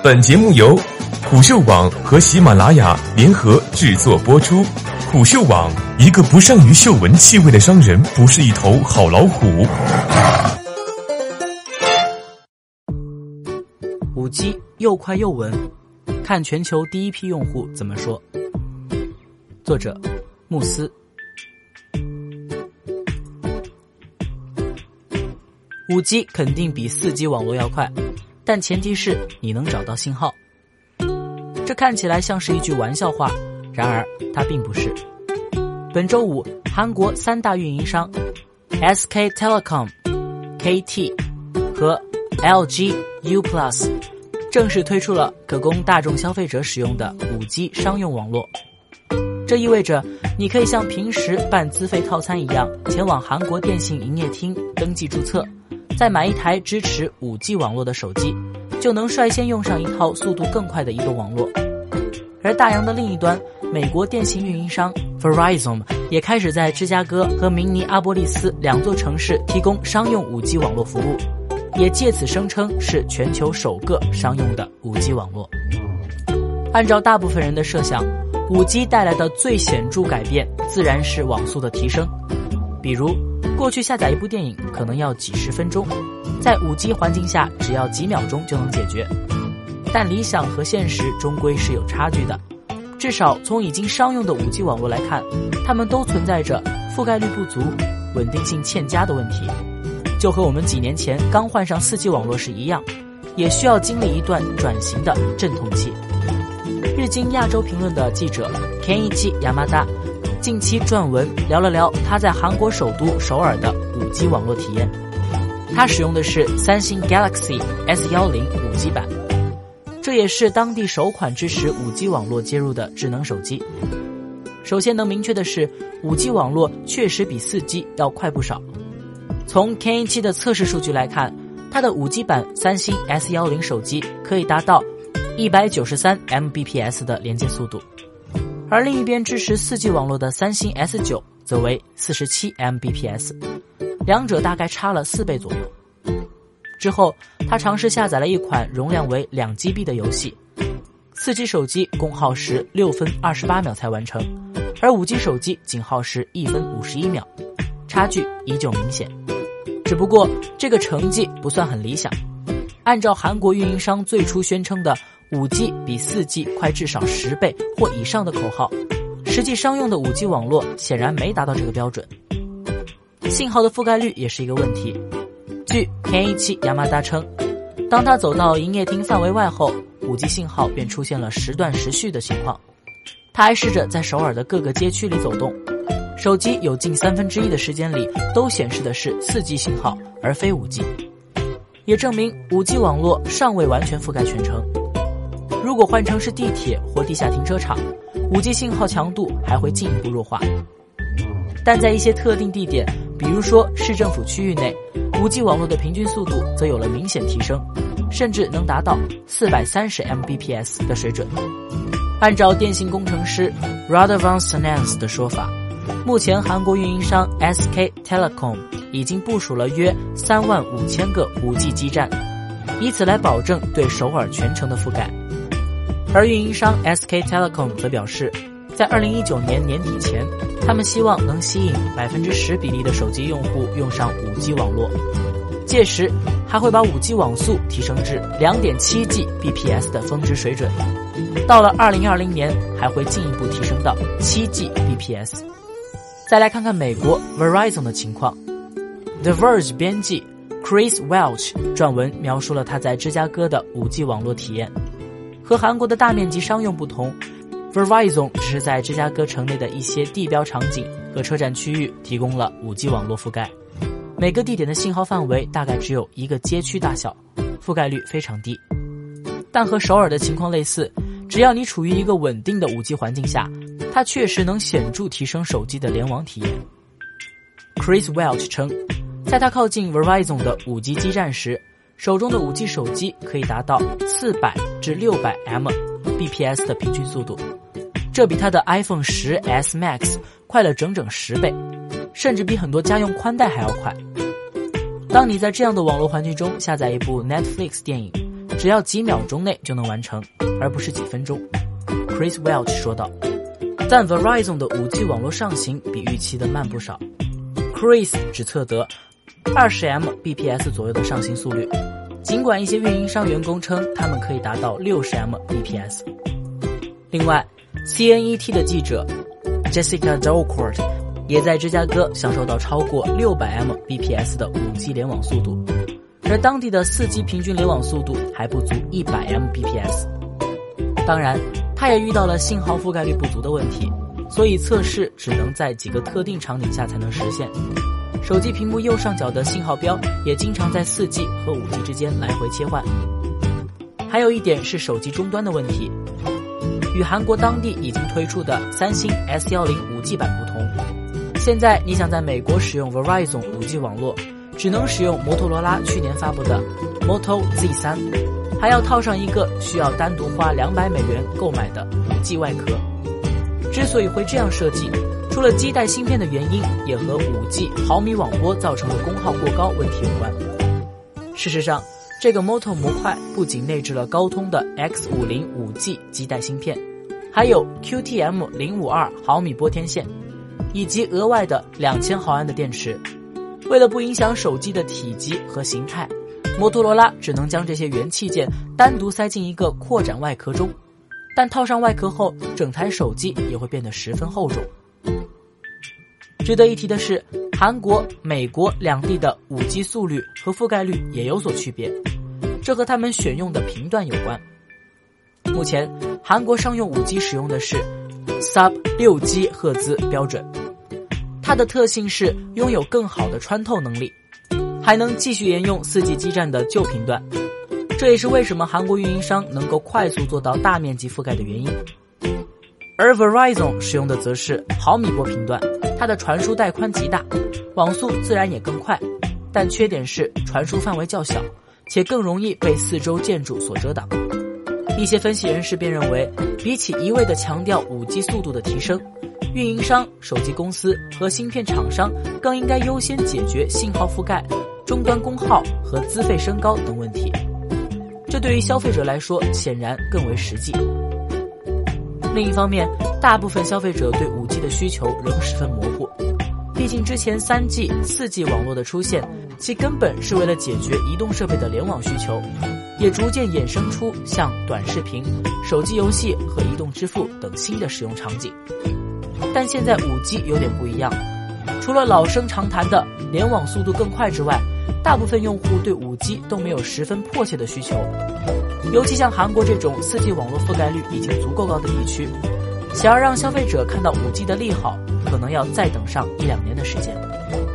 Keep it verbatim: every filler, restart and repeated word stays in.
本节目由虎嗅网和喜马拉雅联合制作播出。虎嗅网：一个不善于嗅闻气味的商人不是一头好老虎。 五 G 又快又稳，看全球第一批用户怎么说。作者慕斯。五 G 肯定比四 G 网络要快，但前提是你能找到信号。这看起来像是一句玩笑话，然而它并不是。本周五，韩国三大运营商 S K Telecom、K T 和 L G U Plus 正式推出了可供大众消费者使用的 五 G 商用网络。这意味着你可以像平时办资费套餐一样，前往韩国电信营业厅登记注册，再买一台支持 五 G 网络的手机，就能率先用上一套速度更快的移动网络。而大洋的另一端，美国电信运营商 Verizon 也开始在芝加哥和明尼阿波利斯两座城市提供商用 五 G 网络服务，也借此声称是全球首个商用的 五 G 网络。按照大部分人的设想， 五 G 带来的最显著改变自然是网速的提升。比如过去下载一部电影可能要几十分钟，在 五 G 环境下只要几秒钟就能解决。但理想和现实终归是有差距的，至少从已经商用的 五 G 网络来看，它们都存在着覆盖率不足、稳定性欠佳的问题，就和我们几年前刚换上 四 G 网络是一样，也需要经历一段转型的阵痛期。日经亚洲评论的记者 Kenichi Yamada 近期撰文聊了聊他在韩国首都首尔的 五 G 网络体验。他使用的是三星 Galaxy S 十 五 G 版，这也是当地首款支持 五 G 网络接入的智能手机。首先能明确的是， 五 G 网络确实比 四 G 要快不少。从 K 七 的测试数据来看，它的 五 G 版三星 S 十手机可以达到一百九十三 M B P S 的连接速度，而另一边支持 四 G 网络的三星 S 九 则为四十七 M B P S， 两者大概差了四倍左右。之后他尝试下载了一款容量为两 G B 的游戏， 四 G 手机共耗时六分二十八秒才完成，而 五 G 手机仅耗时一分五十一秒，差距依旧明显。只不过这个成绩不算很理想，按照韩国运营商最初宣称的 五 G 比 四 G 快至少十倍或以上的口号，实际商用的 五 G 网络显然没达到这个标准。信号的覆盖率也是一个问题。据 K 七 Yamada 称，当他走到营业厅范围外后， 五 G 信号便出现了时断时续的情况。他还试着在首尔的各个街区里走动，手机有近三分之一的时间里都显示的是 四 G 信号而非 五 G， 也证明 五 G 网络尚未完全覆盖全城。如果换成是地铁或地下停车场， 五 G 信号强度还会进一步弱化。但在一些特定地点，比如说市政府区域内， 五 G 网络的平均速度则有了明显提升，甚至能达到四百三十 M B P S 的水准。按照电信工程师 Radovan Sanans 的说法，目前韩国运营商 S K Telecom 已经部署了约三万五千个 五 G 基站，以此来保证对首尔全城的覆盖。而运营商 S K Telecom 则表示，在二零一九年年底前，他们希望能吸引 百分之十 比例的手机用户用上 五 G 网络，届时还会把 五 G 网速提升至 两点七 G B P S 的峰值水准，到了二零二零年还会进一步提升到 七 G B P S。 再来看看美国 Verizon 的情况。 The Verge 编辑 Chris Welch 撰文描述了他在芝加哥的 五 G 网络体验。和韩国的大面积商用不同， Verizon 只是在芝加哥城内的一些地标场景和车站区域提供了 五 G 网络覆盖，每个地点的信号范围大概只有一个街区大小，覆盖率非常低。但和首尔的情况类似，只要你处于一个稳定的 五 G 环境下，它确实能显著提升手机的联网体验。 Chris Welch 称，在他靠近 Verizon 的 五 G 基站时，手中的 五 G 手机可以达到四百至六百 M B P S 的平均速度，这比他的 iPhone 十 S Max 快了整整十倍，甚至比很多家用宽带还要快。当你在这样的网络环境中下载一部 Netflix 电影， 只要几秒钟内就能完成，而不是几分钟。Chris Welch 说道。但 Verizon 的 五 G 网络上行比预期的慢不少。Chris 只测得 二十 megabits per second 左右的上行速率，尽管一些运营商员工称他们可以达到 六十 megabits per second。 另外 C N E T 的记者 Jessica Delcourt 也在芝加哥享受到超过六百 megabits per second 的 五 G 联网速度，而当地的 四 G 平均联网速度还不足一百 megabits per second。 当然他也遇到了信号覆盖率不足的问题，所以测试只能在几个特定场景下才能实现。手机屏幕右上角的信号标也经常在 四 G 和 五 G 之间来回切换。还有一点是手机终端的问题，与韩国当地已经推出的三星 S 十 五 G 版不同，现在你想在美国使用 Verizon 五 G 网络，只能使用摩托罗拉去年发布的 Moto Z 三，还要套上一个需要单独花两百美元购买的 五 G 外壳。之所以会这样设计，除了基带芯片的原因，也和 五 G 毫米网波造成的功耗过高问题有关。事实上，这个 Moto 模块不仅内置了高通的 X 五十 五 G 基带芯片，还有 Q T M 零五二 毫米波天线，以及额外的两千毫安的电池。为了不影响手机的体积和形态，摩托罗拉只能将这些元器件单独塞进一个扩展外壳中，但套上外壳后，整台手机也会变得十分厚重。值得一提的是，韩国、美国两地的 五 G 速率和覆盖率也有所区别，这和他们选用的频段有关。目前，韩国商用 五 G 使用的是 Sub 六 G 赫兹标准，它的特性是拥有更好的穿透能力，还能继续沿用 四 G 基站的旧频段。这也是为什么韩国运营商能够快速做到大面积覆盖的原因。而 Verizon 使用的则是毫米波频段，它的传输带宽极大，网速自然也更快，但缺点是传输范围较小，且更容易被四周建筑所遮挡。一些分析人士便认为，比起一味地强调 五 G 速度的提升，运营商、手机公司和芯片厂商更应该优先解决信号覆盖、终端功耗和资费升高等问题。这对于消费者来说显然更为实际。另一方面，大部分消费者对 五 G 的需求仍十分模糊，毕竟之前 三 G、四 G 网络的出现，其根本是为了解决移动设备的联网需求，也逐渐衍生出像短视频、手机游戏和移动支付等新的使用场景。但现在 五 G 有点不一样，除了老生常谈的联网速度更快之外，大部分用户对 五 G 都没有十分迫切的需求，尤其像韩国这种 四 G 网络覆盖率已经足够高的地区，想要让消费者看到 五 G 的利好，可能要再等上一两年的时间。